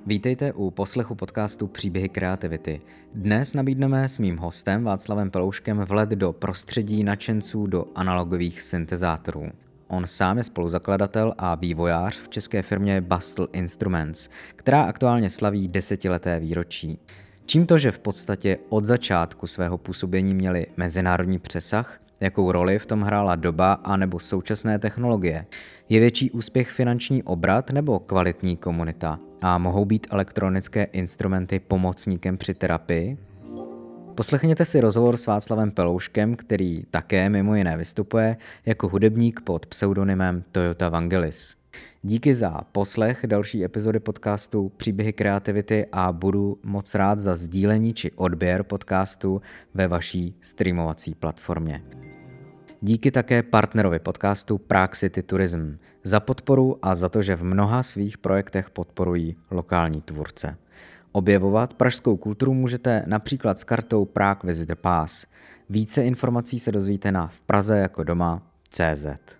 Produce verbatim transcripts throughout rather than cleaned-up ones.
Vítejte u poslechu podcastu Příběhy kreativity. Dnes nabídneme s mým hostem Václavem Pelouškem vlet do prostředí nadšenců do analogových syntezátorů. On sám je spoluzakladatel a vývojář v české firmě Bastel Instruments, která aktuálně slaví desetileté výročí. Čím to, že v podstatě od začátku svého působení měli mezinárodní přesah, jakou roli v tom hrála doba anebo současné technologie? Je větší úspěch finanční obrat nebo kvalitní komunita? A mohou být elektronické instrumenty pomocníkem při terapii? Poslechněte si rozhovor s Václavem Pelouškem, který také mimo jiné vystupuje jako hudebník pod pseudonymem Toyota Vangelis. Díky za poslech další epizody podcastu Příběhy kreativity a budu moc rád za sdílení či odběr podcastu ve vaší streamovací platformě. Díky také partnerovi podcastu Prague City Tourism za podporu a za to, že v mnoha svých projektech podporují lokální tvůrce. Objevovat pražskou kulturu můžete například s kartou Prague Visitor Pass. Více informací se dozvíte na v Praze jako doma tečka cé zet.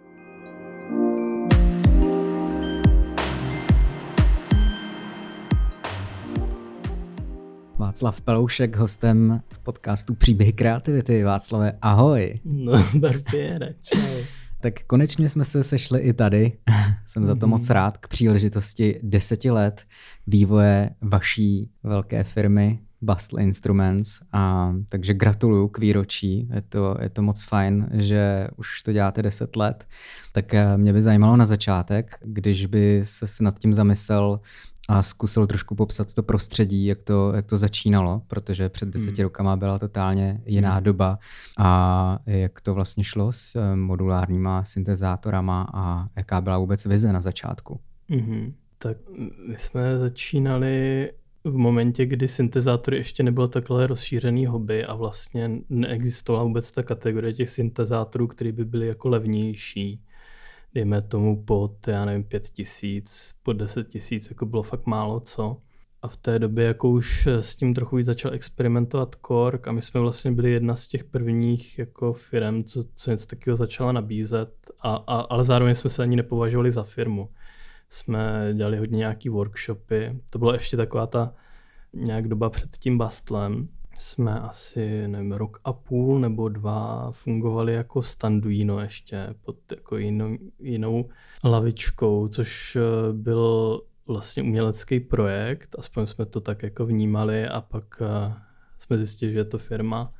Václav Peloušek, hostem v podcastu Příběhy kreativity. Václave, ahoj. No, zdar Pěre, čau. Tak konečně jsme se sešli i tady. Jsem za to mm-hmm. moc rád k příležitosti deseti let vývoje vaší velké firmy Bastel Instruments. A takže gratuluju k výročí. Je to, je to moc fajn, že už to děláte deset let. Tak mě by zajímalo na začátek, když by se nad tím zamyslel a zkusil trošku popsat to prostředí, jak to, jak to začínalo, protože před deseti hmm. rokama byla totálně jiná hmm. doba a jak to vlastně šlo s modulárníma syntezátorama a jaká byla vůbec vize na začátku. Hmm. Tak my jsme začínali v momentě, kdy syntezátory ještě nebylo takhle rozšířený hobby a vlastně neexistovala vůbec ta kategorie těch syntezátorů, které by byly jako levnější. Dejme tomu pod, já nevím, pět tisíc, pod deset tisíc, jako bylo fakt málo co. A v té době jako už s tím trochu víc začal experimentovat Korg a my jsme vlastně byli jedna z těch prvních jako firem, co, co něco takového začala nabízet, a, a, ale zároveň jsme se ani nepovažovali za firmu. Jsme dělali hodně nějaký workshopy, to bylo ještě taková ta nějak doba před tím Bastlem. Jsme asi, nevím, rok a půl nebo dva fungovali jako Standuino ještě pod jako jinou, jinou lavičkou, což byl vlastně umělecký projekt, aspoň jsme to tak jako vnímali a pak jsme zjistili, že je to firma.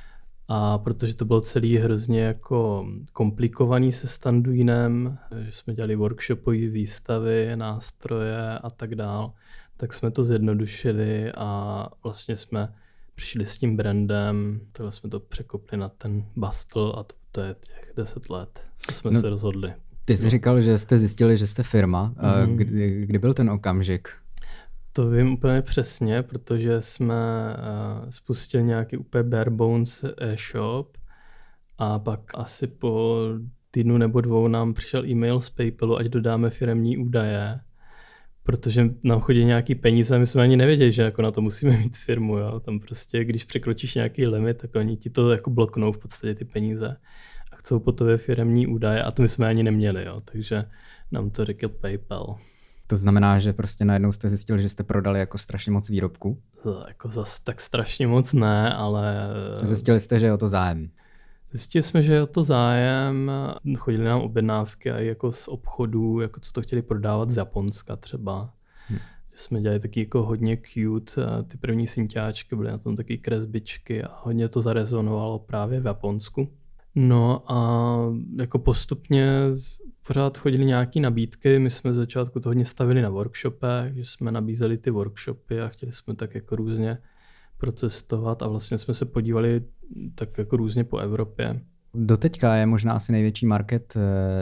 A protože to bylo celý hrozně jako komplikovaný se Standuinem, že jsme dělali workshopové výstavy, nástroje a tak dál, tak jsme to zjednodušili a vlastně jsme přišli s tím brandem, takhle jsme to překopli na ten Bastel a to, to je těch deset let, co jsme no, se rozhodli. Ty jsi říkal, že jste zjistili, že jste firma. Mm-hmm. Kdy, kdy byl ten okamžik? To vím úplně přesně, protože jsme uh, spustili nějaký úplně bare bones e-shop a pak asi po týdnu nebo dvou nám přišel e-mail z PayPalu, ať dodáme firemní údaje, protože nám chodí nějaký peníze a my jsme ani nevěděli, že jako na to musíme mít firmu. Jo. Tam prostě, když překročíš nějaký limit, tak oni ti to jako bloknou v podstatě ty peníze a chcou po tobě firemní údaje a to my jsme ani neměli, jo. Takže nám to řekl PayPal. To znamená, že prostě najednou jste zjistili, že jste prodali jako strašně moc výrobků? To jako zas tak strašně moc ne, ale... Zjistili jste, že je o to zájem? Zjistili jsme, že je o to zájem, chodili nám objednávky i jako z obchodů, jako co to chtěli prodávat z Japonska třeba. Hmm. Že jsme dělali taky jako hodně cute, ty první synťáčky byly na tom taky kresbičky a hodně to zarezonovalo právě v Japonsku. No a jako postupně pořád chodili nějaký nabídky, my jsme z začátku to hodně stavili na workshopech, že jsme nabízeli ty workshopy a chtěli jsme tak jako různě procestovat a vlastně jsme se podívali tak jako různě po Evropě. Doteďka je možná asi největší market e,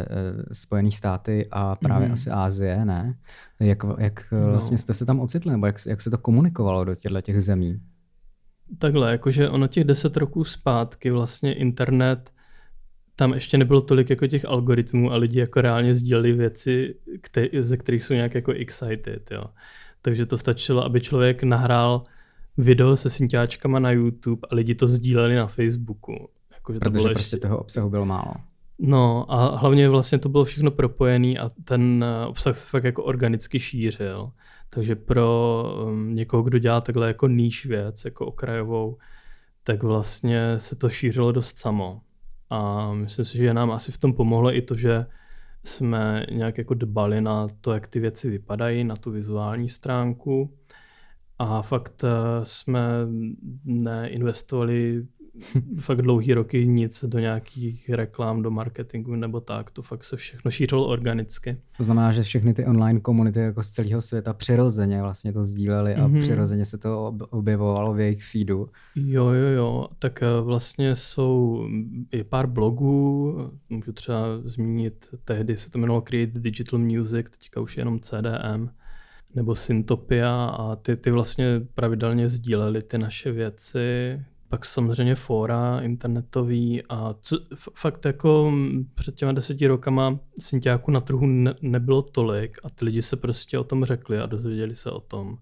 e, Spojených státy a právě mm. asi Asie, ne? Jak, jak vlastně jste se tam ocitli, nebo jak, jak se to komunikovalo do těchto těch zemí? Takhle, jakože ono těch deset roků zpátky vlastně internet, tam ještě nebylo tolik jako těch algoritmů a lidi jako reálně sdíleli věci, který, ze kterých jsou nějak jako excited, jo. Takže to stačilo, aby člověk nahrál video se synťáčkama na YouTube a lidi to sdíleli na Facebooku. Jako, protože to prostě ještě... toho obsahu bylo málo. No a hlavně vlastně to bylo všechno propojené a ten obsah se fakt jako organicky šířil. Takže pro um, někoho, kdo dělá takhle jako níž věc, jako okrajovou, tak vlastně se to šířilo dost samo. A myslím si, že nám asi v tom pomohlo i to, že jsme nějak jako dbali na to, jak ty věci vypadají, na tu vizuální stránku. A fakt jsme neinvestovali fakt dlouhý roky nic do nějakých reklam, do marketingu nebo tak. To fakt se všechno šířilo organicky. To znamená, že všechny ty online komunity jako z celého světa přirozeně vlastně to sdíleli a mm-hmm. přirozeně se to objevovalo v jejich feedu. Jo, jo, jo. Tak vlastně jsou i pár blogů, můžu třeba zmínit, tehdy se to jmenovalo Create Digital Music, teďka už jenom C D M, nebo Syntopia a ty, ty vlastně pravidelně sdíleli ty naše věci. Pak samozřejmě fóra internetový a co, fakt jako před těma deseti rokama synťáků na trhu ne, nebylo tolik a ty lidi se prostě o tom řekli a dozvěděli se o tom.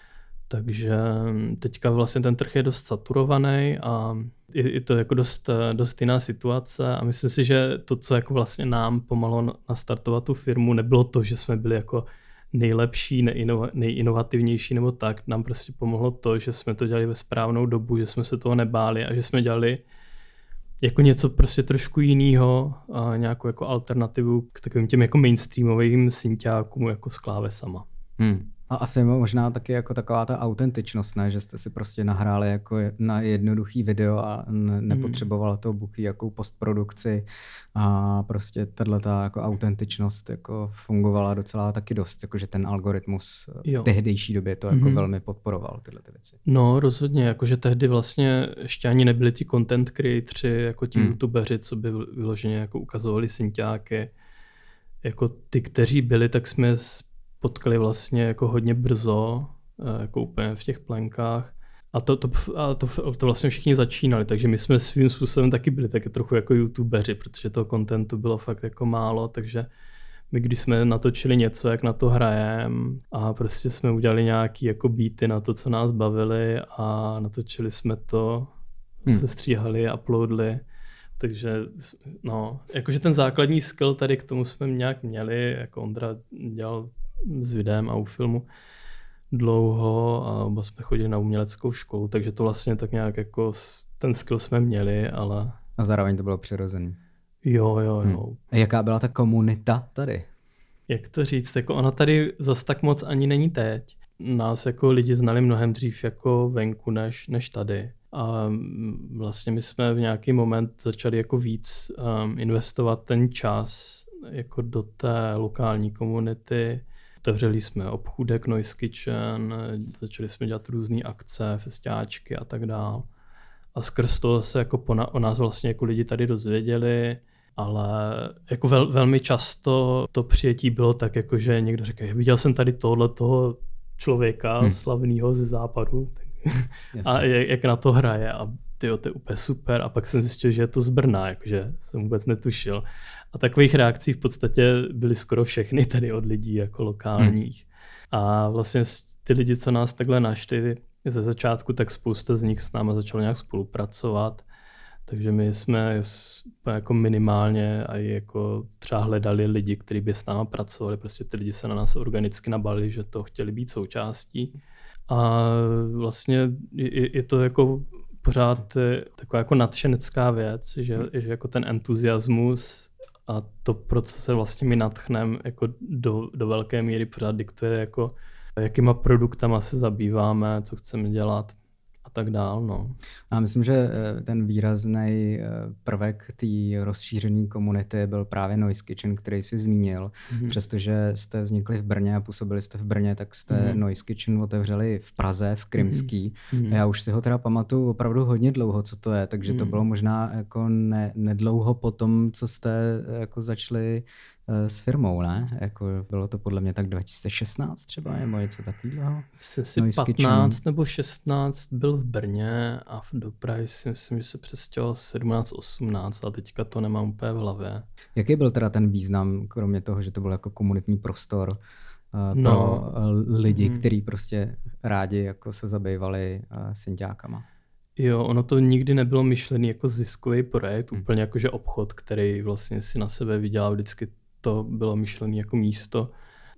Takže teďka vlastně ten trh je dost saturovaný a je, je to jako dost, dost jiná situace a myslím si, že to, co jako vlastně nám pomohlo nastartovat tu firmu, nebylo to, že jsme byli jako nejlepší, nejinova, nejinovativnější nebo tak. Nám prostě pomohlo to, že jsme to dělali ve správnou dobu, že jsme se toho nebáli a že jsme dělali jako něco prostě trošku jinýho a nějakou jako alternativu k takovým těm jako mainstreamovým synťákům jako s klávesama. Hmm. A asi možná taky jako taková ta autentičnost, ne? Že jste si prostě nahráli jako na jednoduchý video a nepotřebovala to buchý jakou postprodukci a prostě tato jako autentičnost jako fungovala docela taky dost, jakože ten algoritmus jo. v tehdejší době to jako mm-hmm. velmi podporoval tyhle ty věci. No rozhodně, jakože tehdy vlastně ještě ani nebyli ti content creatoři, jako ti mm. youtubeři, co by vyloženě jako ukazovali synťáky. Jako ty, kteří byli, tak jsme potkali vlastně jako hodně brzo, jako úplně v těch plenkách. A to, to, a to, to vlastně všichni začínali, takže my jsme svým způsobem taky byli taky trochu jako youtubeři, protože toho contentu bylo fakt jako málo, takže my když jsme natočili něco, jak na to hrajem a prostě jsme udělali nějaký jako beaty na to, co nás bavili a natočili jsme to, hmm. se stříhali, uploadli. Takže no, jakože ten základní skill tady k tomu jsme nějak měli, jako Ondra dělal s videem a u filmu dlouho a oba jsme chodili na uměleckou školu, takže to vlastně tak nějak jako ten skill jsme měli, ale... A zároveň to bylo přirozený. Jo, jo, jo. Hmm. A jaká byla ta komunita tady? Jak to říct, jako ona tady zas tak moc ani není teď. Nás jako lidi znali mnohem dřív jako venku než, než tady. A vlastně my jsme v nějaký moment začali jako víc um, investovat ten čas jako do té lokální komunity. Otevřeli jsme obchůdek Noise Kitchen, začali jsme dělat různé akce, festiáčky a tak dál. A skrz toho se jako po na, o nás vlastně jako lidi tady dozvěděli, ale jako vel, velmi často to přijetí bylo tak, jako že někdo řekl, viděl jsem tady tohle toho člověka hmm. slavného ze západu a jak, jak na to hraje a tyjo, to je úplně super a pak jsem zjistil, že je to z Brna, jakože jsem vůbec netušil. A takových reakcí v podstatě byly skoro všechny tady od lidí jako lokálních. Hmm. A vlastně ty lidi, co nás takhle našli ze začátku, tak spousta z nich s náma začalo nějak spolupracovat. Takže my jsme jako minimálně a jako třeba hledali lidi, kteří by s náma pracovali. Prostě ty lidi se na nás organicky nabalili, že to chtěli být součástí. A vlastně je, je to jako pořád taková jako nadšenecká věc, že, že jako ten entuziasmus a to, pro co se vlastně my nadchneme, jako do, do velké míry pořád diktuje, jako jakýma produktama se zabýváme, co chceme dělat a tak dál. No. A myslím, že ten výrazný prvek té rozšířené komunity byl právě Noise Kitchen, který jsi zmínil. Mm-hmm. Přestože jste vznikli v Brně a působili jste v Brně, tak jste mm-hmm. Noise Kitchen otevřeli v Praze, v Krymský. Mm-hmm. Já už si ho teda pamatuju opravdu hodně dlouho, co to je, takže mm-hmm. to bylo možná jako ne, nedlouho po tom, co jste jako začali s firmou, ne? Jako bylo to podle mě tak dva tisíce šestnáct třeba, nebo něco takového. Myslím si patnáct nebo šestnáct byl v Brně a do Prahy si myslím, že se přestěhoval sedmnáct osmnáct a teďka to nemám úplně v hlavě. Jaký byl teda ten význam, kromě toho, že to byl jako komunitní prostor uh, no. pro lidi, hmm. kteří prostě rádi jako se zabývali uh, synťákama? Jo, ono to nikdy nebylo myšlený jako ziskový projekt, hmm. úplně jakože obchod, který vlastně si na sebe vydělal vždycky. To bylo myšlené jako místo,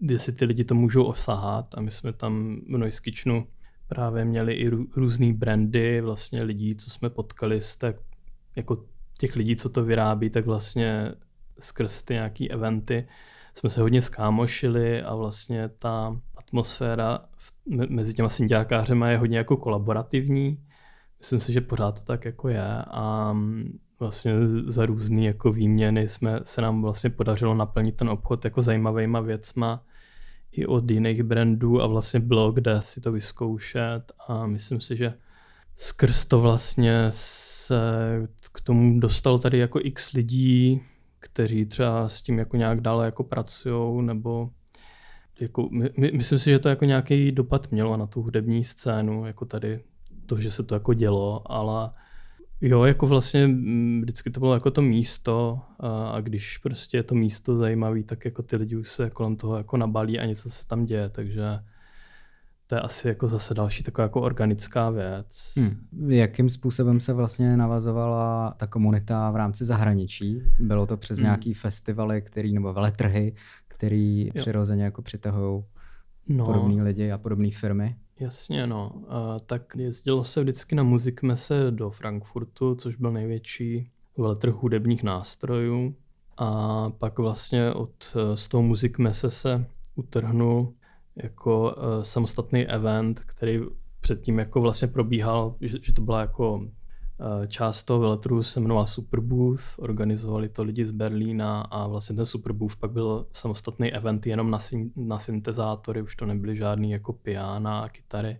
jestli ty lidi to můžou osahat a my jsme tam v Noise Kitchenu právě měli i rů, různý brandy vlastně lidí, co jsme potkali z tak, jako těch lidí, co to vyrábí, tak vlastně skrz ty nějaký eventy jsme se hodně skámošili a vlastně ta atmosféra v, mezi těma synťákářema je hodně jako kolaborativní. Myslím si, že pořád to tak jako je a vlastně za různý jako výměny jsme, se nám vlastně podařilo naplnit ten obchod jako zajímavýma věcma i od jiných brandů a vlastně bylo kde si to vyzkoušet a myslím si, že skrz to vlastně se k tomu dostalo tady jako x lidí, kteří třeba s tím jako nějak dále jako pracujou, nebo jako, my, my, myslím si, že to jako nějaký dopad mělo na tu hudební scénu, jako tady to, že se to jako dělo, ale jo, jako vlastně vždycky to bylo jako to místo a, a když prostě je to místo zajímavý, tak jako ty lidi už se kolem toho jako nabalí a něco se tam děje, takže to je asi jako zase další taková jako organická věc. Hmm. Jakým způsobem se vlastně navazovala ta komunita v rámci zahraničí? Bylo to přes hmm. nějaký festivaly, který, nebo veletrhy, který jo. přirozeně jako přitahují no. podobný lidi a podobné firmy? Jasně, no. Uh, tak jezdilo se vždycky na muzikmese do Frankfurtu, což byl největší veletrh hudebních nástrojů. A pak vlastně od, z toho muzikmese se utrhnul jako uh, samostatný event, který předtím jako vlastně probíhal, že, že to byla jako uh, část toho veletrhu se jmenovala Superbooth, organizovali to lidi z Berlína a vlastně ten Superbooth pak byl samostatný event jenom na, syn, na syntezátory, už to nebyly žádný jako piana a kytary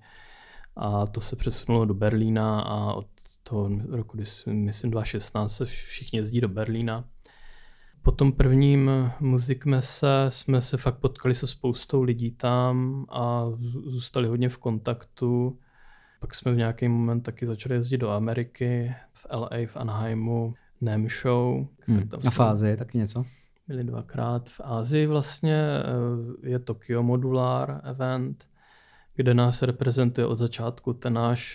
a to se přesunulo do Berlína a od toho roku, myslím dva tisíce šestnáct se všichni jezdí do Berlína. Po tom prvním muzikmese jsme se fakt potkali se spoustou lidí tam a zůstali hodně v kontaktu. Pak jsme v nějaký moment taky začali jezdit do Ameriky, v L A, v Anaheimu, N E M Show. Hmm. A v Ázii taky něco? Byli dvakrát. V Ázii vlastně je Tokyo Modular Event, kde nás reprezentuje od začátku ten náš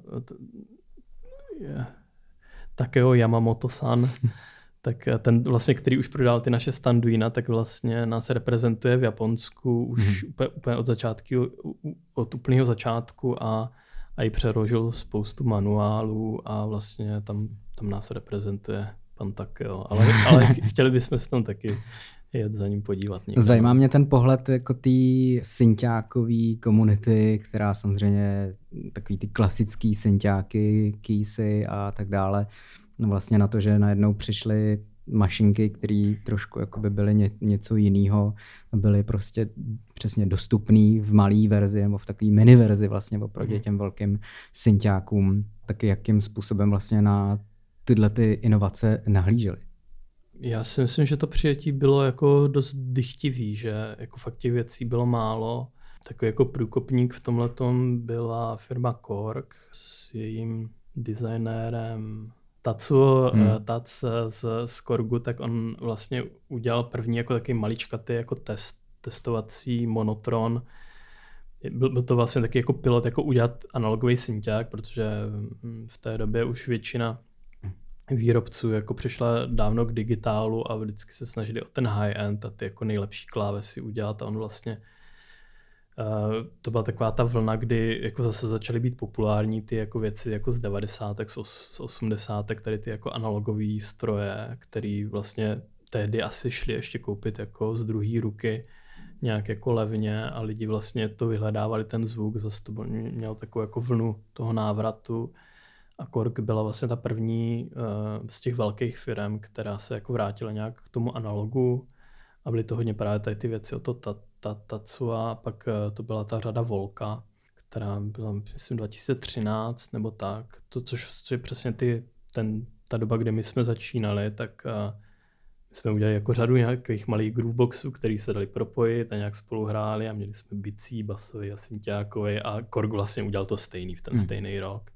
je, Takeo Yamamoto-san. Tak ten vlastně, který už prodal ty naše Standuina, tak vlastně nás reprezentuje v Japonsku už hmm. úplně, úplně od začátku, od úplného začátku a, a i přeložil spoustu manuálů a vlastně tam, tam nás reprezentuje pan Takeo. Ale, ale chtěli bychom se tam taky jet za ním podívat. Někde. Zajímá mě ten pohled jako té synťákové komunity, která samozřejmě takový ty klasický synťáky, keysy a tak dále, no vlastně na to, že najednou přišly mašinky, které trošku jakoby byly ně, něco jiného, byly prostě přesně dostupné v malé verzi nebo v takové mini verzi vlastně oproti těm velkým synťákům. Taky jakým způsobem vlastně na tyhle ty inovace nahlíželi? Já si myslím, že to přijetí bylo jako dost dychtivý, že jako fakt těch věcí bylo málo. Takový jako průkopník v tomhletom byla firma Korg s jejím designérem Tatsuo hmm. Tats z, z Korgu, tak on vlastně udělal první jako takový maličkatý jako test, testovací monotron. Byl, byl to vlastně taky jako pilot, jako udělat analogový synťák, protože v té době už většina výrobců jako přišla dávno k digitálu a vždycky se snažili o ten high-end a ty jako nejlepší klávesy udělat a on vlastně Uh, to byla taková ta vlna, kdy jako zase začaly být populární ty jako věci jako z devadesátek, z osmdesátek, tady ty jako analogové stroje, které vlastně tehdy asi šli ještě koupit jako z druhé ruky nějak jako levně a lidi vlastně to vyhledávali ten zvuk, zase to měl takovou jako vlnu toho návratu a Korg byla vlastně ta první uh, z těch velkých firm, která se jako vrátila nějak k tomu analogu a byly to hodně právě tady ty věci o to ta, ta, Tatsua, pak uh, to byla ta řada Volka, která byla myslím dva tisíce třináct nebo tak, to, což, což je přesně ty, ten, ta doba, kdy my jsme začínali, tak uh, my jsme udělali jako řadu nějakých malých grooveboxů, který se dali propojit a nějak spolu hráli a měli jsme bicí, basový a synťákový a Korg vlastně udělal to stejný v ten hmm. stejný rok.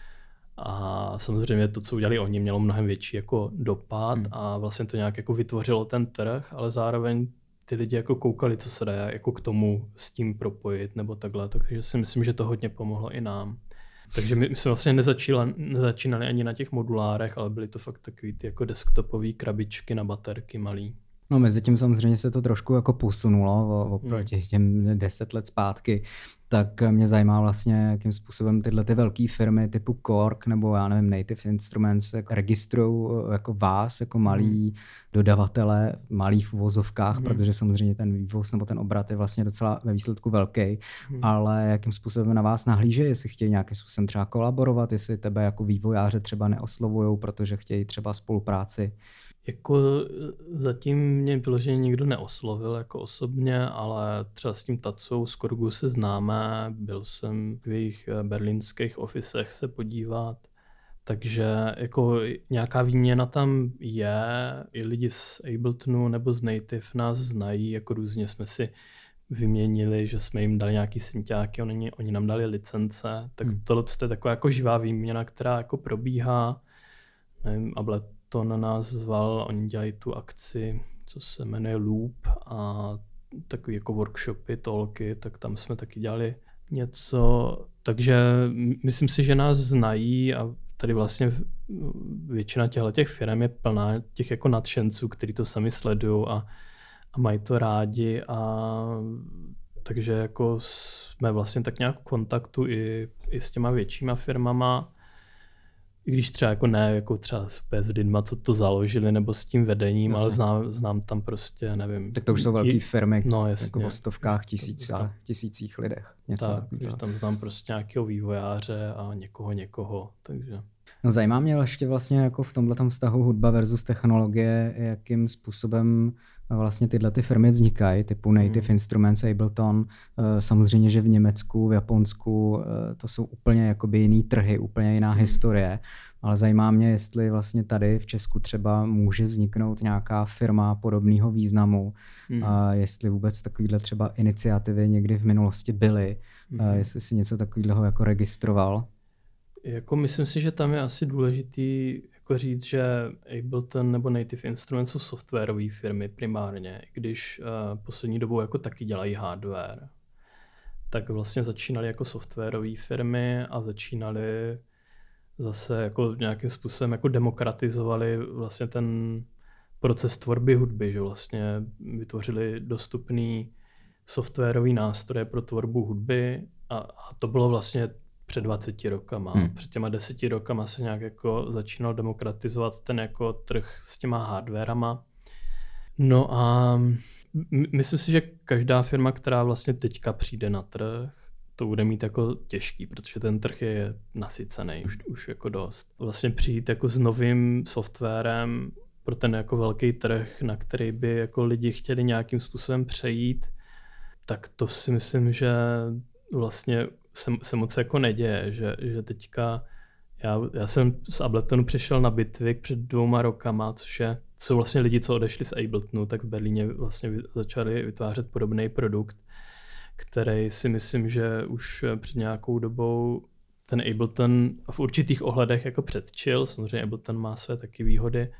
A samozřejmě to, co udělali oni, mělo mnohem větší jako dopad hmm. a vlastně to nějak jako vytvořilo ten trh, ale zároveň ty lidi jako koukali, co se dá jako k tomu s tím propojit nebo takhle, takže si myslím, že to hodně pomohlo i nám. Takže my, my jsme vlastně nezačínali, nezačínali ani na těch modulárech, ale byly to fakt takový ty jako desktopové krabičky na baterky malý. No mezi tím samozřejmě se to trošku jako posunulo oproti hmm. těm deset let zpátky, tak mě zajímá vlastně, jakým způsobem tyhle ty velké firmy typu Korg nebo já nevím Native Instruments jako registrují jako vás, jako malí hmm. dodavatele, malí v uvozovkách, hmm. protože samozřejmě ten vývoz nebo ten obrat je vlastně docela ve výsledku velký, hmm. ale jakým způsobem na vás nahlíže, jestli chtějí nějakým způsobem třeba kolaborovat, jestli tebe jako vývojáře třeba neoslovujou, protože chtějí třeba spolupráci. Jako zatím mě vyloženě nikdo neoslovil jako osobně, ale třeba s tím Tacou z Korgu se známe, byl jsem v jejich berlínských ofisech se podívat, takže jako nějaká výměna tam je, i lidi z Abletonu nebo z Native nás znají, jako různě jsme si vyměnili, že jsme jim dali nějaký synťáky, oni, oni nám dali licence, tak hmm. tohle je taková jako živá výměna, která jako probíhá, nevím, Ablet to na nás zval, oni dělají tu akci, co se jmenuje Loop a takový jako workshopy, talky, tak tam jsme taky dělali něco, takže myslím si, že nás znají a tady vlastně většina těch firm je plná těch jako nadšenců, kteří to sami sledují a, a mají to rádi a takže jako jsme vlastně tak nějak v kontaktu i, i s těma většíma firmama. I když třeba jako ne, jako třeba s lidma, co to založili, nebo s tím vedením, jasně. ale znám, znám tam prostě, nevím. Tak to už jsou velké firmy, no, jako o stovkách, tisících, tisících lidech. Něco tak, že tam, tam prostě nějakého vývojáře a někoho, někoho, takže. No zajímá mě ještě vlastně jako v tomhletom vztahu hudba versus technologie, jakým způsobem vlastně tyhle ty firmy vznikají, typu Native hmm. Instruments, Ableton. Samozřejmě, že v Německu, v Japonsku to jsou úplně jakoby jiný trhy, úplně jiná hmm. historie, ale zajímá mě, jestli vlastně tady v Česku třeba může vzniknout nějaká firma podobného významu, hmm. a jestli vůbec takovýhle třeba iniciativy někdy v minulosti byly, hmm. jestli si něco takového jako registroval. Jako myslím si, že tam je asi důležitý jako říct, že Ableton nebo Native Instruments jsou softwarové firmy primárně, i když uh, poslední dobou jako taky dělají hardware. Tak vlastně začínali jako softwarové firmy a začínali zase jako nějakým způsobem jako demokratizovali vlastně ten proces tvorby hudby, že vlastně vytvořili dostupný softwarový nástroje pro tvorbu hudby a, a to bylo vlastně před dvaceti rokama. Hmm. Před těma deseti rokama se nějak jako začínal demokratizovat ten jako trh s těma hardwarama. No a m- myslím si, že každá firma, která vlastně teďka přijde na trh, to bude mít jako těžký, protože ten trh je nasycený už, už jako dost. Vlastně přijít jako s novým softwarem pro ten jako velký trh, na který by jako lidi chtěli nějakým způsobem přejít, tak to si myslím, že vlastně se, se moc jako neděje, že, že teďka já, já jsem z Abletonu přišel na Bitwig před dvouma rokama, což je, jsou vlastně lidi, co odešli z Abletonu, tak v Berlíně vlastně začali vytvářet podobný produkt, který si myslím, že už před nějakou dobou ten Ableton v určitých ohledech jako předčil, samozřejmě Ableton má své taky výhody,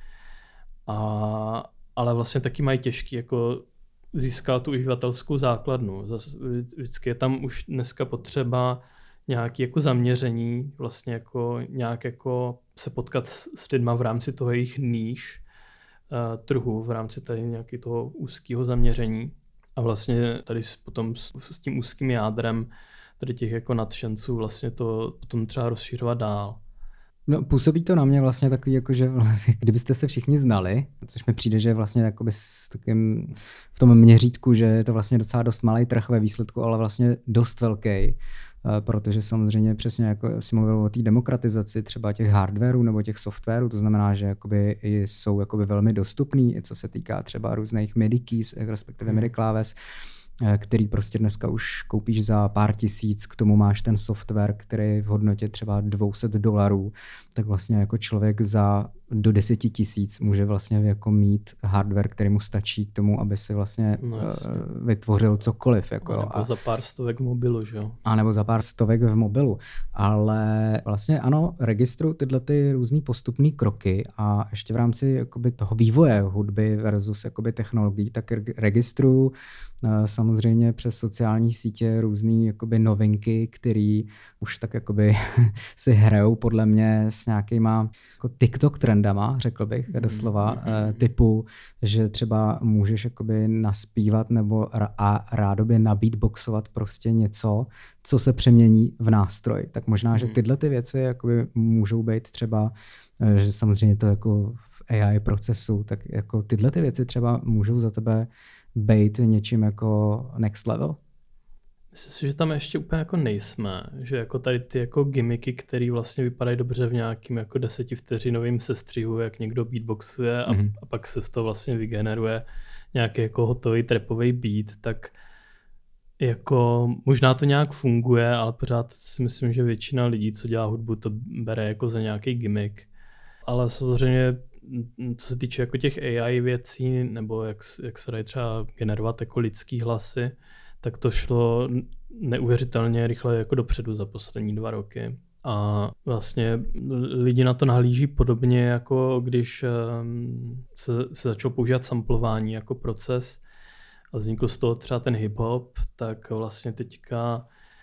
a, ale vlastně taky mají těžký jako získat tu uživatelskou základnu. Zas, vždycky je tam už dneska potřeba nějaké jako zaměření, vlastně jako nějak jako se potkat s, s lidma v rámci toho jejich níž uh, trhu, v rámci tady nějakého toho úzkého zaměření. A vlastně tady s, potom s, s tím úzkým jádrem tady těch jako nadšenců vlastně to potom třeba rozšířovat dál. No, působí to na mě vlastně takový, jako, že vlastně, kdybyste se všichni znali, což mi přijde, že vlastně jakoby s takým v tom měřítku, že je to vlastně docela dost malý trh ve výsledku, ale vlastně dost velký, protože samozřejmě přesně jako si mluvil o té demokratizaci třeba těch hardwareů nebo těch softwarů, to znamená, že jakoby jsou jakoby velmi dostupný, i co se týká třeba různých MIDI keys, respektive MIDI kláves, který prostě dneska už koupíš za pár tisíc, k tomu máš ten software, který je v hodnotě třeba dvě stě dolarů, tak vlastně jako člověk za do deseti tisíc může vlastně jako mít hardware, který mu stačí k tomu, aby si vlastně no, uh, vytvořil cokoliv. Jako, a nebo a, za pár stovek v mobilu, že jo? A nebo za pár stovek v mobilu. Ale vlastně ano, registruju tyhle ty různý postupný kroky a ještě v rámci jakoby toho vývoje hudby versus jakoby technologií, tak registruju uh, samozřejmě přes sociální sítě různý jakoby novinky, které už tak jakoby si hrajou podle mě s nějakýma jako TikTok trend trendama, řekl bych, doslova, mm-hmm. typu, že třeba můžeš jakoby naspívat nebo a rádoby nabeatboxovat prostě něco, co se přemění v nástroj. Tak možná, mm-hmm. že tyhle ty věci jakoby můžou být třeba, že samozřejmě to jako v A I procesu, tak jako tyhle ty věci třeba můžou za tebe být něčím jako next level? Myslím si, že tam ještě úplně jako nejsme, že jako tady ty jako gimmicky, které vlastně vypadají dobře v nějakým jako desetivteřinovým sestřihu, jak někdo beatboxuje a, mm-hmm. a pak se z toho vlastně vygeneruje nějaký jako hotový trapový beat, tak jako možná to nějak funguje, ale pořád si myslím, že většina lidí, co dělá hudbu, to bere jako za nějaký gimmick. Ale samozřejmě, co se týče jako těch A I věcí, nebo jak, jak se dají třeba generovat jako lidský hlasy, tak to šlo neuvěřitelně rychle jako dopředu za poslední dva roky. A vlastně lidi na to nahlíží podobně, jako když se, se začalo používat samplování jako proces a vznikl z toho třeba ten hip-hop, tak vlastně teďka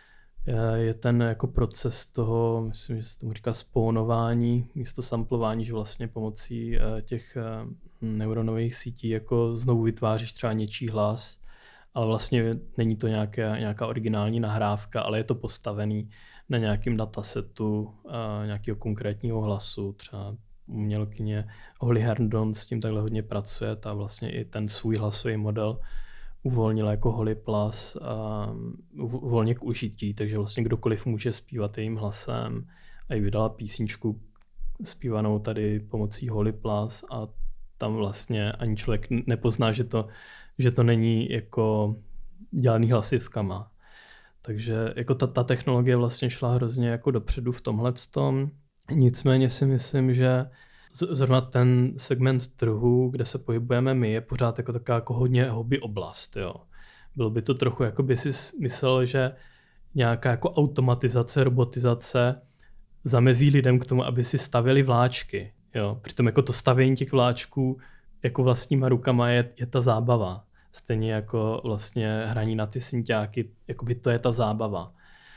je ten jako proces toho, myslím, že se tomu říká spawnování místo samplování, že vlastně pomocí těch neuronových sítí jako znovu vytváříš třeba něčí hlas, ale vlastně není to nějaká, nějaká originální nahrávka, ale je to postavený na nějakým datasetu nějakého konkrétního hlasu. Třeba umělkyně Holly Herndon s tím takhle hodně pracuje, ta vlastně i ten svůj hlasový model uvolnila jako Holly Plus a volně k užití, takže vlastně kdokoliv může zpívat jejím hlasem a i vydala písničku zpívanou tady pomocí Holly Plus a tam vlastně ani člověk nepozná, že to, že to není jako dělaný hlasivkama. Takže jako ta, ta technologie vlastně šla hrozně jako dopředu v tomhletom. Nicméně si myslím, že zrovna ten segment trhu, kde se pohybujeme my, je pořád jako taková jako hodně hobby oblast. Jo. Bylo by to trochu, jako by si myslel, že nějaká jako automatizace, robotizace zamezí lidem k tomu, aby si stavěli vláčky. Jo. Přitom jako to stavění těch vláčků jako vlastníma rukama je, je ta zábava. Stejně jako vlastně hraní na ty synťáky, jakoby to je ta zábava.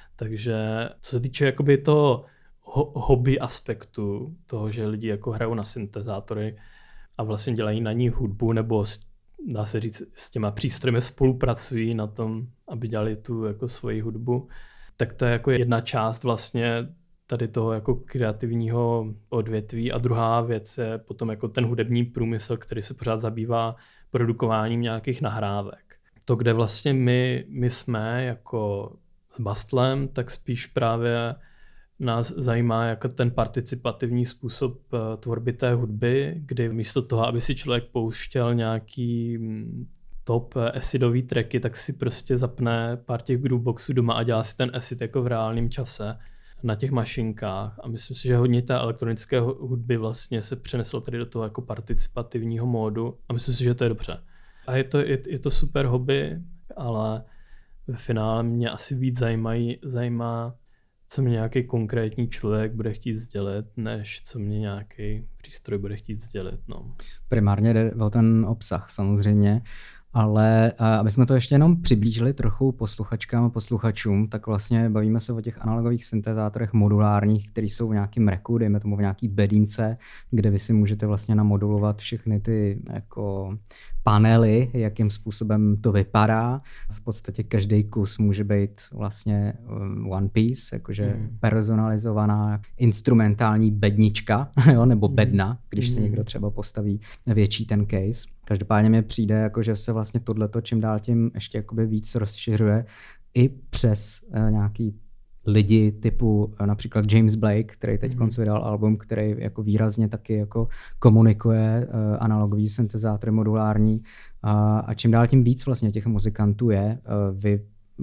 Takže co se týče jakoby toho ho- hobby aspektu, toho, že lidi jako hrajou na syntezátory a vlastně dělají na ní hudbu, nebo s, dá se říct, s těma přístroji spolupracují na tom, aby dělali tu jako svoji hudbu, tak to je jako jedna část vlastně tady toho jako kreativního odvětví a druhá věc je potom jako ten hudební průmysl, který se pořád zabývá produkováním nějakých nahrávek. To, kde vlastně my, my jsme jako s Bastlem, tak spíš právě nás zajímá jako ten participativní způsob tvorby té hudby, kdy místo toho, aby si člověk pouštěl nějaký top acidový tracky, tak si prostě zapne pár těch grooveboxů doma a dělá si ten acid jako v reálném čase na těch mašinkách. A myslím si, že hodně té elektronické hudby vlastně se přeneslo tady do toho jako participativního módu a myslím si, že to je dobře. A je to, je, je to super hobby, ale ve finále mě asi víc zajímají, zajímá, co mě nějaký konkrétní člověk bude chtít sdělit, než co mě nějaký přístroj bude chtít sdělit. No. Primárně jde o ten obsah samozřejmě, ale aby jsme to ještě jenom přiblížili trochu posluchačkám a posluchačům, tak vlastně bavíme se o těch analogových syntezátorech modulárních, které jsou v nějakém racku, dejme tomu v nějaký bedínce, kde vy si můžete vlastně namodulovat všechny ty jako panely, jakým způsobem to vypadá. V podstatě každý kus může být vlastně one piece, jakože mm. personalizovaná instrumentální bednička, jo, nebo bedna, když si někdo třeba postaví větší ten case. Každopádně mi přijde, jako, že se vlastně tohleto čím dál tím ještě jakoby víc rozšiřuje i přes uh, nějaký lidi typu uh, například James Blake, který teď mm. vydal album, který jako výrazně taky jako komunikuje uh, analogový syntezátory modulární uh, a čím dál tím víc vlastně těch muzikantů je. Uh, vy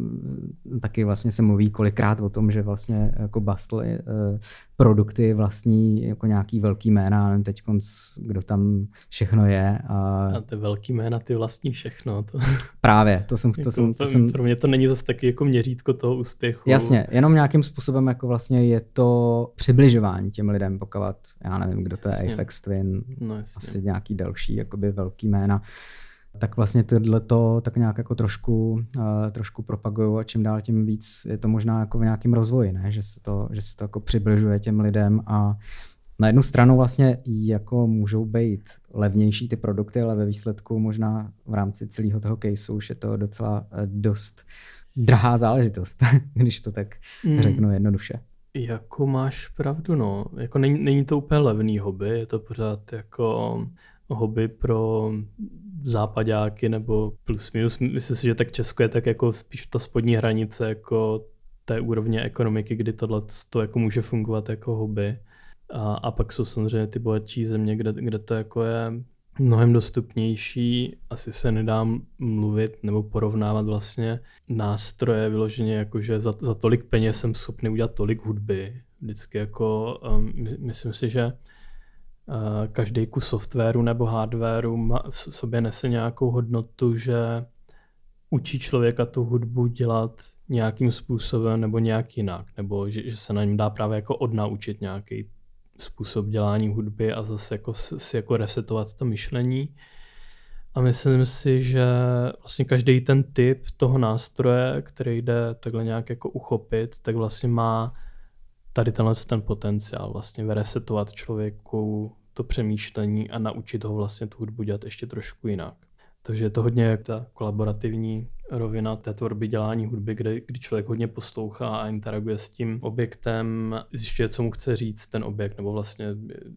taky vlastně se mluví kolikrát o tom, že vlastně jako Bastle produkty vlastní jako nějaký velký jména, nevím teď kdo tam všechno je. A, a ty velký jména, ty vlastní všechno. To... Právě, to jsem... To jako jsem, to pro, jsem... pro mě to není zase taky jako měřítko toho úspěchu. Jasně, jenom nějakým způsobem jako vlastně je to přibližování těm lidem, pokud já nevím, kdo to je, Aphex Twin, no, asi nějaký další jakoby velký jména. Tak vlastně tohle to tak nějak jako trošku, uh, trošku propagují a čím dál tím víc je to možná jako v nějakém rozvoji, ne? Že se to, že se to jako přibližuje těm lidem a Na jednu stranu vlastně jako můžou být levnější ty produkty, ale ve výsledku možná v rámci celého toho caseu už je to docela dost drahá záležitost, když to tak mm. řeknu jednoduše. Jako máš pravdu, no. Jako není, není to úplně levný hobby, je to pořád jako hobby pro zápaďáky nebo plus minus. Myslím si, že tak Česko je tak jako spíš ta spodní hranice jako té úrovně ekonomiky, kdy tohle to jako může fungovat jako hobby. A, a pak jsou samozřejmě ty bohatší země, kde, kde to jako je mnohem dostupnější. Asi se nedá mluvit nebo porovnávat vlastně nástroje vyloženě, jakože za, za tolik peněz jsem schopný udělat tolik hudby. Vždycky jako um, myslím si, že uh, každý kus softwaru nebo hardwaru má, v sobě nese nějakou hodnotu, že učí člověka tu hudbu dělat nějakým způsobem nebo nějak jinak, nebo že, že se na něm dá právě jako odnaučit nějaký způsob dělání hudby a zase jako si jako resetovat to myšlení. A myslím si, že vlastně každý ten typ toho nástroje, který jde takhle nějak jako uchopit, tak vlastně má tady tenhle ten potenciál vlastně resetovat člověku to přemýšlení a naučit ho vlastně tu hudbu dělat ještě trošku jinak. Takže je to hodně jak ta kolaborativní rovina té tvorby dělání hudby, kde, kdy člověk hodně poslouchá a interaguje s tím objektem, zjišťuje, co mu chce říct ten objekt, nebo vlastně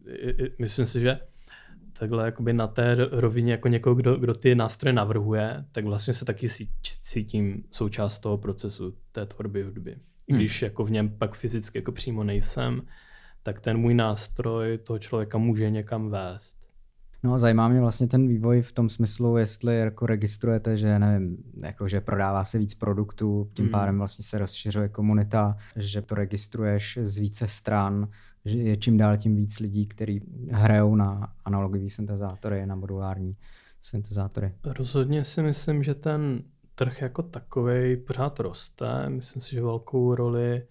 myslím si, že takhle jakoby na té rovině jako někoho, kdo, kdo ty nástroje navrhuje, tak vlastně se taky cítím součást toho procesu té tvorby hudby. I když jako v něm pak fyzicky jako přímo nejsem, tak ten můj nástroj toho člověka může někam vést. No a zajímá mě vlastně ten vývoj v tom smyslu, jestli jako registrujete, že nevím, jako že prodává se víc produktů, tím mm. pádem vlastně se rozšiřuje komunita, že to registruješ z více stran, že je čím dál tím víc lidí, kteří hrajou na analogové syntezátory, na modulární syntezátory. Rozhodně si myslím, že ten trh jako takovej pořád roste. Myslím si, že velkou roli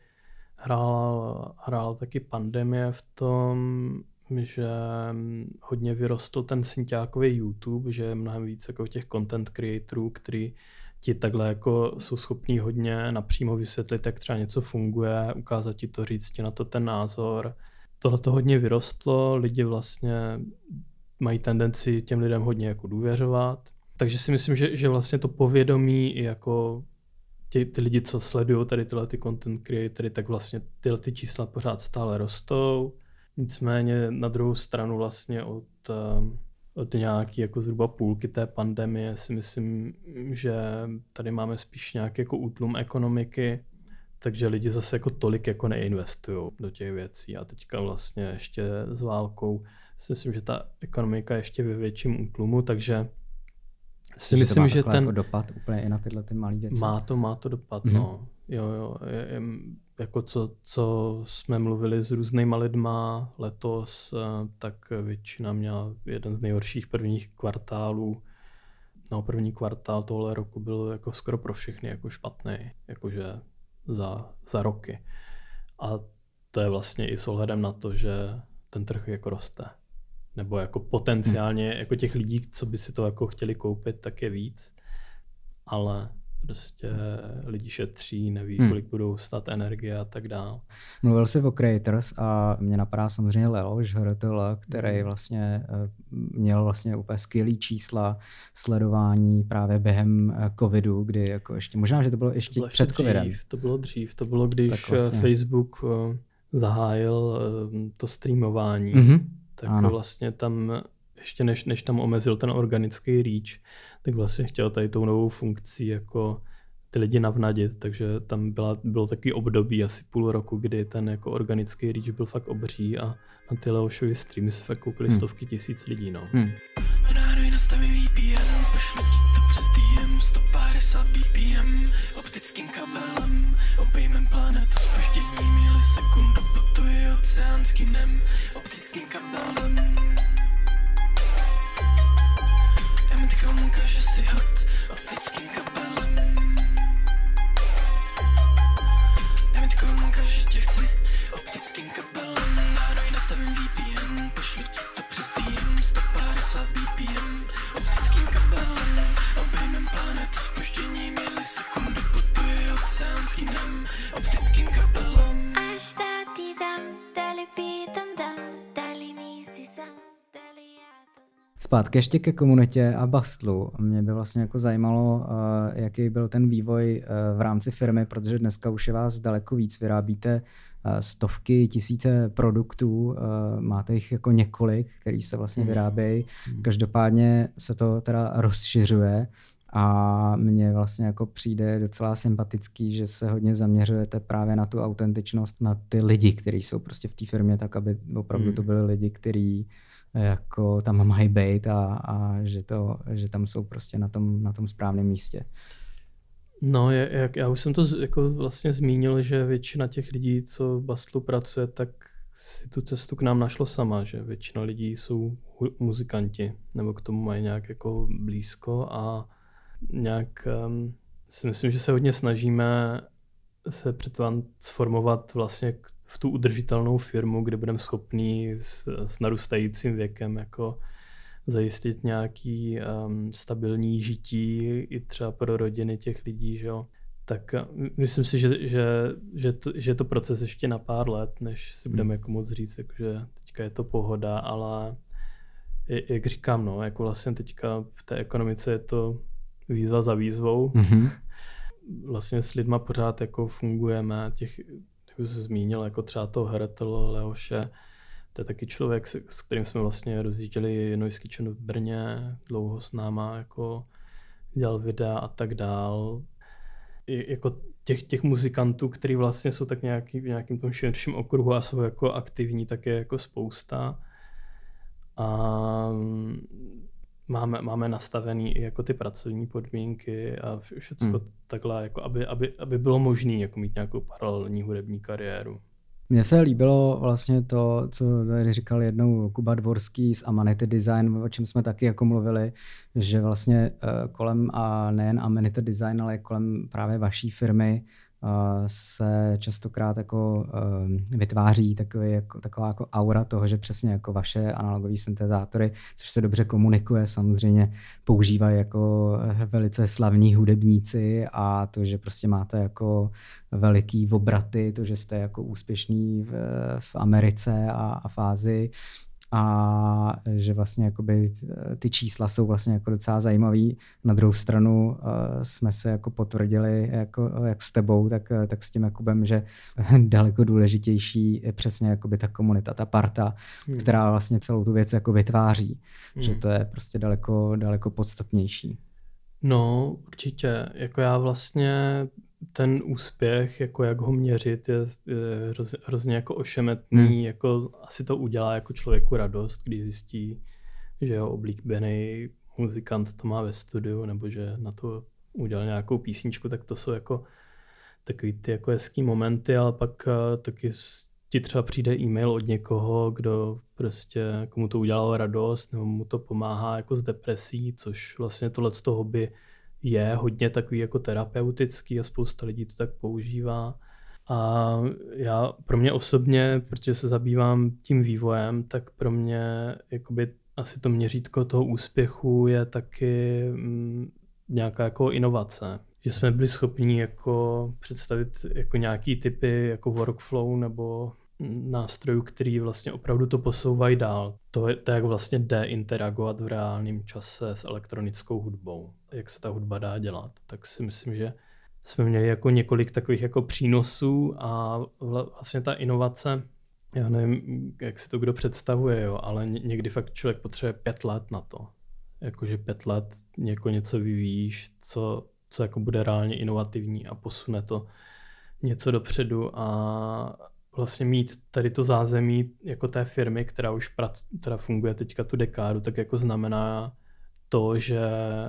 hrála, hrála taky pandemie v tom, že hodně vyrostl ten synťákový YouTube, že je mnohem víc jako těch content creatorů, který ti takhle jako jsou schopní hodně napřímo vysvětlit, jak třeba něco funguje, ukázat ti to, říct ti na to ten názor. Tohle to hodně vyrostlo, lidi vlastně mají tendenci těm lidem hodně jako důvěřovat. Takže si myslím, že, že vlastně to povědomí i jako ty, ty lidi, co sledují tady tyhle ty content creatory, tak vlastně tyhle ty čísla pořád stále rostou. Nicméně na druhou stranu vlastně od, od nějaký jako zhruba půlky té pandemie si myslím, že tady máme spíš nějaký jako útlum ekonomiky, takže lidi zase jako tolik jako neinvestují do těch věcí a teďka vlastně ještě s válkou si myslím, že ta ekonomika je ještě ve větším útlumu, takže si že myslím, že ten jako dopad úplně i na tyhle ty malé věci. Má to, má to dopad, mm-hmm. no. Jo, jo, je, je, jako co, co jsme mluvili s různýma lidma letos, tak většina měla jeden z nejhorších prvních kvartálů. No, první kvartál tohle roku byl jako skoro pro všechny jako špatný, jakože za, za roky. A to je vlastně i s ohledem na to, že ten trh jako roste. Nebo jako potenciálně hmm. jako těch lidí, co by si to jako chtěli koupit, tak je víc. Ale prostě lidi šetří, neví, hmm. kolik budou stát energie a tak dál. Mluvil jsi o creators a mě napadá samozřejmě Leoš H R T L, který vlastně měl vlastně úplně skvělý čísla sledování právě během covidu, kdy jako ještě, možná, že to bylo ještě, to bylo před covidem. Dřív, to bylo dřív, to bylo, když vlastně Facebook zahájil to streamování. Mm-hmm. Tak ano. Vlastně tam, ještě než, než tam omezil ten organický reach, tak vlastně chtěl tady tou novou funkcí jako ty lidi navnadit, takže tam byla, bylo takový období asi půl roku, kdy ten jako organický reach byl fakt obří a na ty Leošovy streamy se fakt koukali hmm. stovky tisíc lidí, no. Hmm. Ráno nastavím V P N, pošlu ti to přes D M, sto padesát B P M, optickým kabelem, obejmem planetu zpoždění milisekundu, putuji oceánským dnem, optickým kabelem. Já mi teďka ukážu si hod, optickým kabelem. Já mi teďka ukážu, že tě chci, optickým kabelem. Národě nastavím V P N, pošlu ti to přes D M, sto padesát B P M, optickým kabelem. Obejmem planetu zpoždění milisekundu, putuji oceánským dnem, optickým kabelem. Až tady dám, dali pítam dám, Zpátky ještě ke komunitě a Bastlu. Mě by vlastně jako zajímalo, jaký byl ten vývoj v rámci firmy, protože dneska už je vás daleko víc, vyrábíte stovky, tisíce produktů, máte jich jako několik, který se vlastně vyrábějí. Každopádně se to teda rozšiřuje a mně vlastně jako přijde docela sympatický, že se hodně zaměřujete právě na tu autentičnost, na ty lidi, kteří jsou prostě v té firmě, tak aby opravdu to byli lidi, kteří jako tam mají být a, a že, to, že tam jsou prostě na tom, na tom správném místě. No, jak já už jsem to jako vlastně zmínil, že většina těch lidí, co v Bastlu pracuje, tak si tu cestu k nám našlo sama, že většina lidí jsou muzikanti, nebo k tomu mají nějak jako blízko a nějak um, si myslím, že se hodně snažíme se přetransformovat vlastně v tu udržitelnou firmu, kde budeme schopní s, s narůstajícím věkem jako zajistit nějaký um, stabilní žití i třeba pro rodiny těch lidí, že jo. Tak myslím si, že, že, že, to, že je to proces ještě na pár let, než si budeme jako moc říct, jako, že teďka je to pohoda, ale jak říkám, no, jako vlastně teďka v té ekonomice je to výzva za výzvou. Mm-hmm. Vlastně s lidma pořád jako fungujeme, těch, jak jsi zmínil, jako třeba toho Heretl, Leoše, to je taky člověk, s kterým jsme vlastně rozjížděli Noise Kitchen v Brně, dlouho s náma jako dělal videa a tak dál. I, jako těch, těch muzikantů, kteří vlastně jsou tak nějaký, v nějakém tom širším okruhu a jsou jako aktivní, tak je jako spousta. A máme, máme nastavený i jako ty pracovní podmínky a všechno hmm. takhle, jako aby, aby, aby bylo možné jako mít nějakou paralelní hudební kariéru. Mně se líbilo vlastně to, co tady říkal jednou Kuba Dvorský z Amanity Design, o čem jsme taky jako mluvili, že vlastně kolem a nejen Amanity Design, ale kolem právě vaší firmy se častokrát jako vytváří takový, jako, taková jako aura toho, že přesně jako vaše analogové syntezátory, což se dobře komunikuje, samozřejmě používají jako velice slavní hudebníci a to, že prostě máte jako veliký obraty, to, že jste jako úspěšný v, v Americe a, a v Ázii, a že vlastně jakoby ty čísla jsou vlastně jako docela zajímavý. Na druhou stranu uh, jsme se jako potvrdili jako, jak s tebou, tak, tak s tím Jakubem, že daleko důležitější je přesně jakoby ta komunita, ta parta, hmm. která vlastně celou tu věc jako vytváří. Hmm. Že to je prostě daleko, daleko podstatnější. No, určitě. Jako já vlastně ten úspěch, jako jak ho měřit, je, je hroz, hrozně jako ošemetný, hmm. jako asi to udělá jako člověku radost, když zjistí, že jeho oblíbený muzikant to má ve studiu, nebo že na to udělal nějakou písničku, tak to jsou jako takový ty jako hezký momenty, ale pak taky ti třeba přijde e-mail od někoho, kdo prostě, komu to udělalo radost, nebo mu to pomáhá jako s depresí, což vlastně tohleto hobby je hodně takový jako terapeutický a spousta lidí to tak používá. A já pro mě osobně, protože se zabývám tím vývojem, tak pro mě jakoby asi to měřítko toho úspěchu je taky mm, nějaká jako inovace. Že jsme byli schopni jako představit jako nějaký typy jako workflow nebo nástrojů, který vlastně opravdu to posouvají dál. To je to, jak vlastně jde interagovat v reálném čase s elektronickou hudbou. Jak se ta hudba dá dělat. Tak si myslím, že jsme měli jako několik takových jako přínosů a vlastně ta inovace, já nevím, jak si to kdo představuje, jo, ale někdy fakt člověk potřebuje pět let na to. Jakože pět let jako něco vyvíjíš, co, co jako bude reálně inovativní a posune to něco dopředu a vlastně mít tady to zázemí jako té firmy, která už prac, teda funguje teďka tu dekádu, tak jako znamená to, že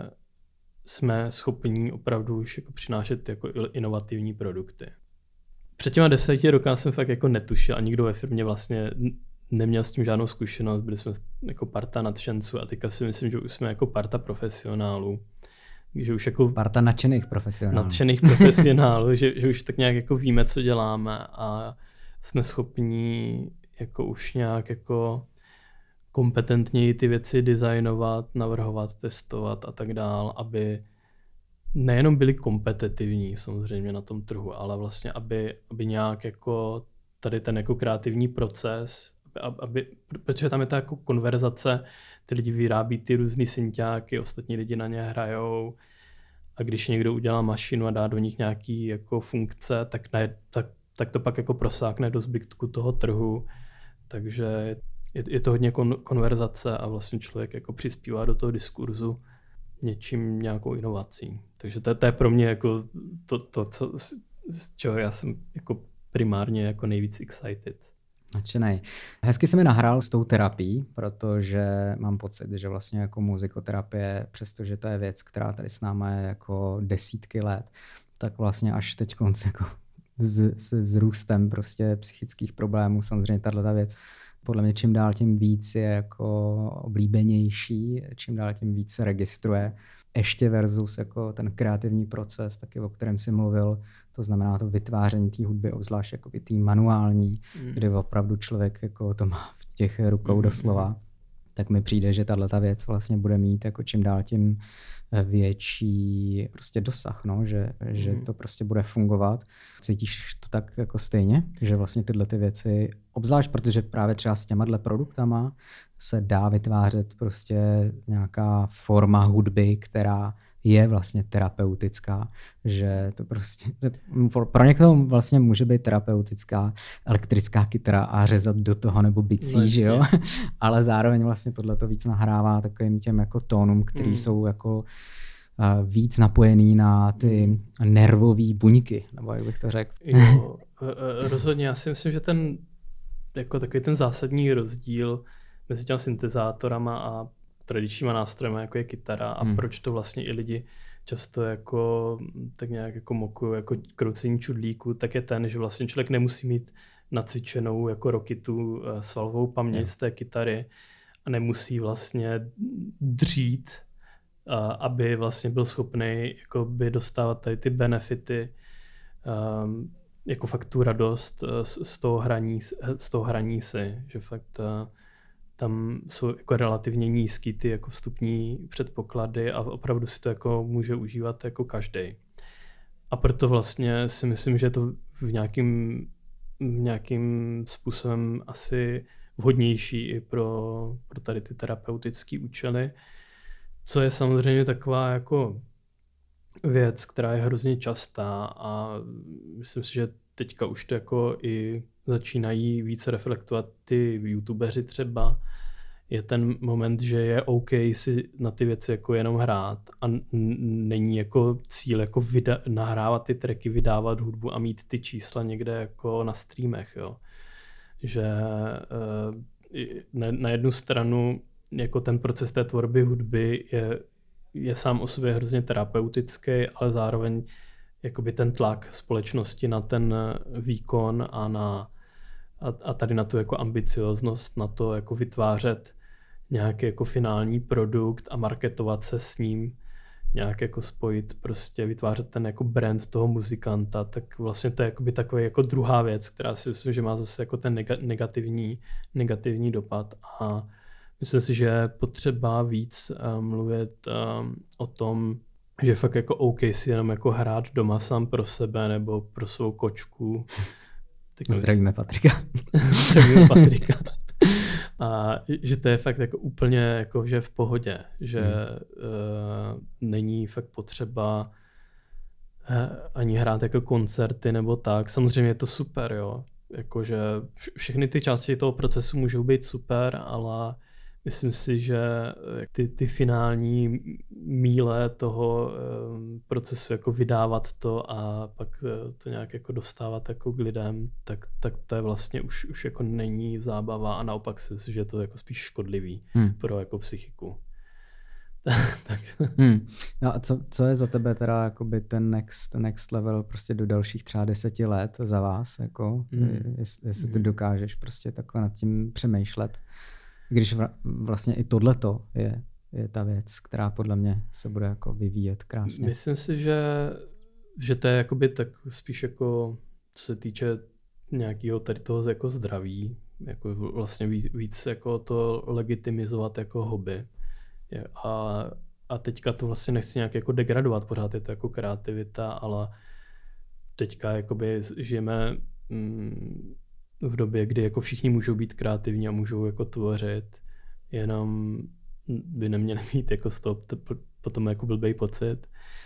jsme schopni opravdu už jako přinášet jako inovativní produkty. Před těma deseti roky jsem fakt jako netušil a nikdo ve firmě vlastně neměl s tím žádnou zkušenost, byli jsme jako parta nadšenců a teďka si myslím, že už jsme jako parta profesionálů. Že už jako parta nadšených profesionálů. Nadšených profesionálů, že, že už tak nějak jako víme, co děláme a jsme schopni jako už nějak jako kompetentněji ty věci designovat, navrhovat, testovat a tak dál, aby nejenom byli kompetitivní samozřejmě na tom trhu, ale vlastně aby, aby nějak jako tady ten jako kreativní proces, aby, protože tam je ta jako konverzace, ty lidi vyrábí ty různý synťáky, ostatní lidi na ně hrajou a když někdo udělá mašinu a dá do nich nějaký jako funkce, tak, ne, tak, tak to pak jako prosákne do zbytku toho trhu, takže je, je to hodně kon, konverzace a vlastně člověk jako přispívá do toho diskurzu něčím, nějakou inovací. Takže to, to je pro mě jako to, to co, z čeho já jsem jako primárně jako nejvíc excited. Nadšenej. Hezky se mi nahrál s tou terapií, protože mám pocit, že vlastně jako muzikoterapie, přestože to je věc, která tady s náma je jako desítky let, tak vlastně až teď konce jako s, s, s růstem prostě psychických problémů samozřejmě tato věc podle mě čím dál tím víc je jako oblíbenější, čím dál tím víc se registruje. Ještě versus jako ten kreativní proces, taky o kterém jsi mluvil, to znamená to vytváření té hudby, obzvlášť jako té manuální, mm. kdy opravdu člověk jako to má v těch rukou mm. doslova, tak mi přijde, že tato věc vlastně bude mít jako čím dál tím větší prostě dosah, no? že, mm. že to prostě bude fungovat. Cítíš to tak jako stejně, že vlastně tyhle ty věci, obzvlášť protože právě třeba s těmahle produktama se dá vytvářet prostě nějaká forma hudby, která je vlastně terapeutická, že to prostě, pro někoho vlastně může být terapeutická elektrická kytara a řezat do toho nebo bicí, vlastně. Že jo? Ale zároveň vlastně tohleto víc nahrává takovým těm jako tónům, který mm. jsou jako uh, víc napojený na ty mm. nervové buňky, nebo jak bych to řekl. Jo, rozhodně, já si myslím, že ten jako takový ten zásadní rozdíl mezi těmi syntezátorama a tradičníma nástrojema, jako je kytara a hmm. proč to vlastně i lidi často jako tak nějak jako mokují jako kroucení čudlíku, tak je ten, že vlastně člověk nemusí mít nacvičenou jako roky tu svalovou paměť z té kytary a nemusí vlastně dřít, aby vlastně byl schopný jako by dostávat tady ty benefity, um, jako fakt tu radost z, z toho hraní, z toho hraní si, že fakt tam jsou jako relativně nízký ty jako vstupní předpoklady a opravdu si to jako může užívat jako každej. A proto vlastně si myslím, že je to v nějakým, nějakým způsobem asi vhodnější i pro, pro tady ty terapeutické účely, co je samozřejmě taková jako věc, která je hrozně častá a myslím si, že teďka už to jako i začínají více reflektovat ty youtubeři třeba, je ten moment, že je OK si na ty věci jako jenom hrát a n- není jako cíl jako vyda- nahrávat ty tracky, vydávat hudbu a mít ty čísla někde jako na streamech, jo. Že uh, na, na jednu stranu jako ten proces té tvorby hudby je, je sám o sobě hrozně terapeutický, ale zároveň jakoby ten tlak společnosti na ten výkon a na a, a tady na tu jako ambicioznost, na to jako vytvářet nějaký jako finální produkt a marketovat se s ním, nějak jako spojit, prostě vytvářet ten jako brand toho muzikanta, tak vlastně to je jakoby takový jako druhá věc, která si myslím, že má zase jako ten negativní, negativní dopad a myslím si, že je potřeba víc uh, mluvit um, o tom, že fakt jako OK si jenom jako hrát doma sám pro sebe nebo pro svou kočku. Zdravíme Patrika. Zdravíme Patrika. A že to je fakt jako úplně jako, že v pohodě, že hmm. uh, není fakt potřeba uh, ani hrát jako koncerty nebo tak. Samozřejmě je to super, jo. Jakože všechny ty části toho procesu můžou být super, ale myslím si, že ty, ty finální míle toho um, procesu jako vydávat to a pak to nějak jako dostávat jako k lidem, tak, tak to je vlastně už, už jako není zábava a naopak si myslím, že je to jako spíš škodlivý hmm. pro jako psychiku. tak. Hmm. No a co, co je za tebe teda jakoby ten next, next level prostě do dalších třeba deseti let za vás, jako, hmm. jest, jestli ty dokážeš prostě takhle nad tím přemýšlet? Když vlastně i tohleto je, je ta věc, která podle mě se bude jako vyvíjet krásně. Myslím si, že, že to je jakoby tak spíš jako, co se týče nějakého tady toho jako zdraví, jako vlastně víc, víc jako to legitimizovat jako hobby. A, a teďka to vlastně nechci nějak jako degradovat, pořád je to jako kreativita, ale teďka jakoby žijeme mm, v době, kdy jako všichni můžou být kreativní a můžou jako tvořit, jenom by neměli mít jako z toho potom jako blbej pocit.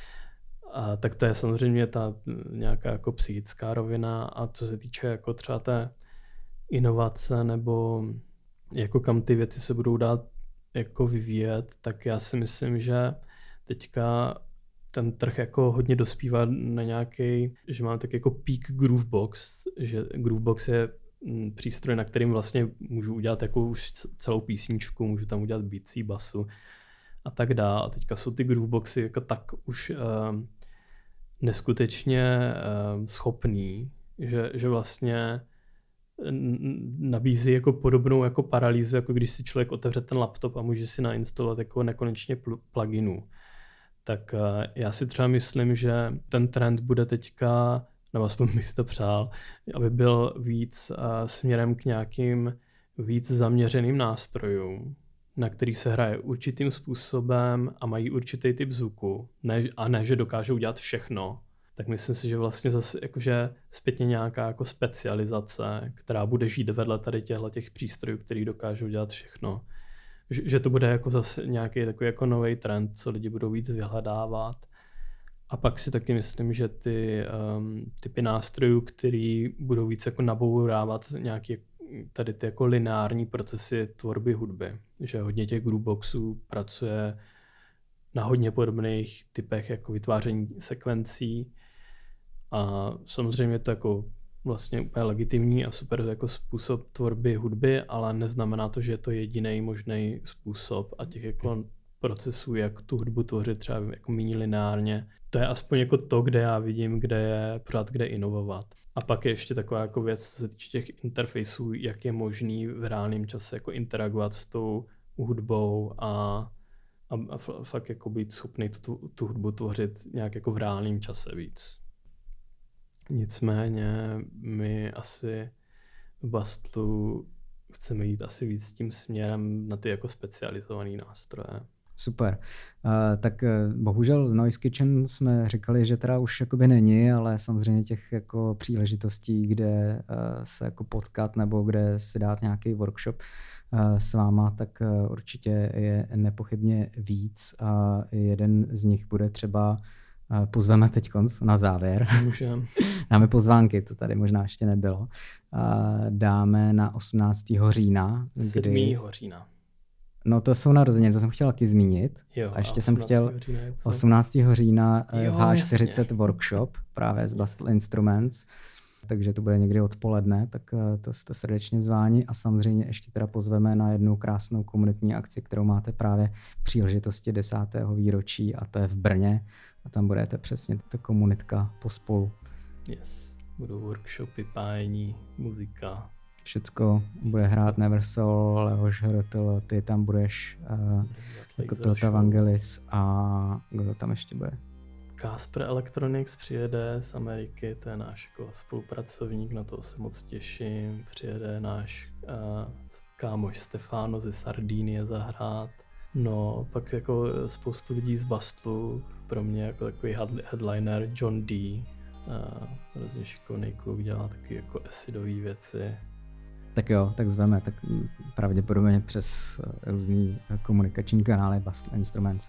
A tak to je samozřejmě ta nějaká jako psychická rovina, a co se týče jako třeba té inovace nebo jako kam ty věci se budou dát jako vyvíjet, tak já si myslím, že teďka ten trh jako hodně dospívá na nějaký, že máme tak jako peak Groovebox, že Groovebox je přístroj, na kterým vlastně můžu udělat jako už celou písničku, můžu tam udělat bicí, basu a tak dále. A teďka jsou ty Grooveboxy jako tak už uh, neskutečně uh, schopný, že, že vlastně nabízí jako podobnou jako paralýzu, jako když si člověk otevře ten laptop a může si nainstalovat jako nekonečně pl- pluginů. Tak uh, já si třeba myslím, že ten trend bude teďka, nebo aspoň bych si to přál, aby byl víc uh, směrem k nějakým víc zaměřeným nástrojům, na který se hraje určitým způsobem a mají určitý typ zvuku, ne, a ne, že dokážou dělat všechno. Tak myslím si, že vlastně zase jakože zpětně nějaká jako specializace, která bude žít vedle tady těchto těch přístrojů, který dokážou dělat všechno. Že, že to bude jako zase nějaký takový jako nový trend, co lidi budou víc vyhledávat. A pak si taky myslím, že ty um, typy nástrojů, který budou víc jako nabourávat nějaký tady ty jako lineární procesy tvorby hudby. Že hodně těch grooveboxů pracuje na hodně podobných typech jako vytváření sekvencí. A samozřejmě to jako vlastně úplně legitimní a super jako způsob tvorby hudby, ale neznamená to, že je to jediný možný způsob a těch jako procesů, jak tu hudbu tvořit třeba jako méně lineárně. To je aspoň jako to, kde já vidím, kde je pořád kde inovovat. A pak je ještě taková jako věc, co se týče těch interfejsů, jak je možný v reálném čase jako interagovat s tou hudbou a, a, a fakt jako být schopný tu, tu hudbu tvořit nějak jako v reálném čase víc. Nicméně my asi v Bastlu chceme jít asi víc tím směrem na ty jako specializované nástroje. Super. Uh, tak uh, bohužel Noise Kitchen jsme říkali, že teda už jakoby není, ale samozřejmě těch jako příležitostí, kde uh, se jako potkat nebo kde si dát nějaký workshop uh, s váma, tak uh, určitě je nepochybně víc a jeden z nich bude třeba uh, pozveme teď konc na závěr. Můžeme. Dáme pozvánky, to tady možná ještě nebylo. Uh, dáme na osmnáctého října. sedmého října. No to jsou narozeniny, to jsem chtěl taky zmínit. Jo, a ještě a jsem chtěl října osmnáctého října jo, v há čtyřicet jasně. workshop právě z Bastel Instruments, takže to bude někdy odpoledne, tak to jste srdečně zváni a samozřejmě ještě teda pozveme na jednu krásnou komunitní akci, kterou máte právě k příležitosti desátého výročí a to je v Brně a tam budete přesně ta komunitka pospolu. Yes, budou workshopy, pájení, muzika. Všecko bude hrát Neversoul, Leoš Hrotil, ty tam budeš uh, jako Tota Vangelis a kdo tam ještě bude? Casper Electronics přijede z Ameriky, to je náš jako spolupracovník, na to se moc těším. Přijede náš uh, kámoš Stefano ze Sardinie zahrát. No, pak jako spoustu lidí z Bastlu, pro mě jako takový headliner John D. Uh, hrozně šikovnej kluk, dělá taky jako acidové věci. Tak jo, tak zveme, tak pravděpodobně přes různý komunikační kanály Bastel Instruments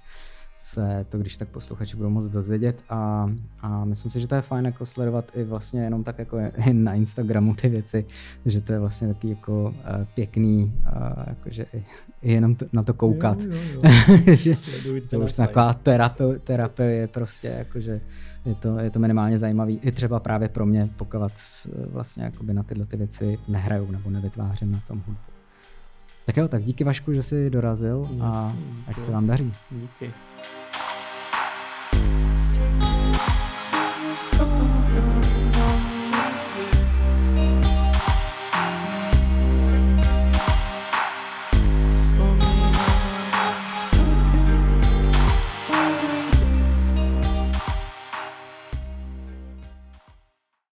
se to, když tak posluchači budou moc dozvědět a, a myslím si, že to je fajn jako sledovat i vlastně jenom tak jako na Instagramu ty věci, že to je vlastně taky jako uh, pěkný, uh, jakože i, i jenom to, na to koukat. Jo, jo, jo. Že to už taková terapie, terapie je prostě jakože je to, je to minimálně zajímavý i třeba právě pro mě, pokud vlastně jakoby na tyhle ty věci nehraju nebo nevytvářím na tom hudbu. Tak jo, tak díky Vašku, že jsi dorazil a ať se vám daří. Díky.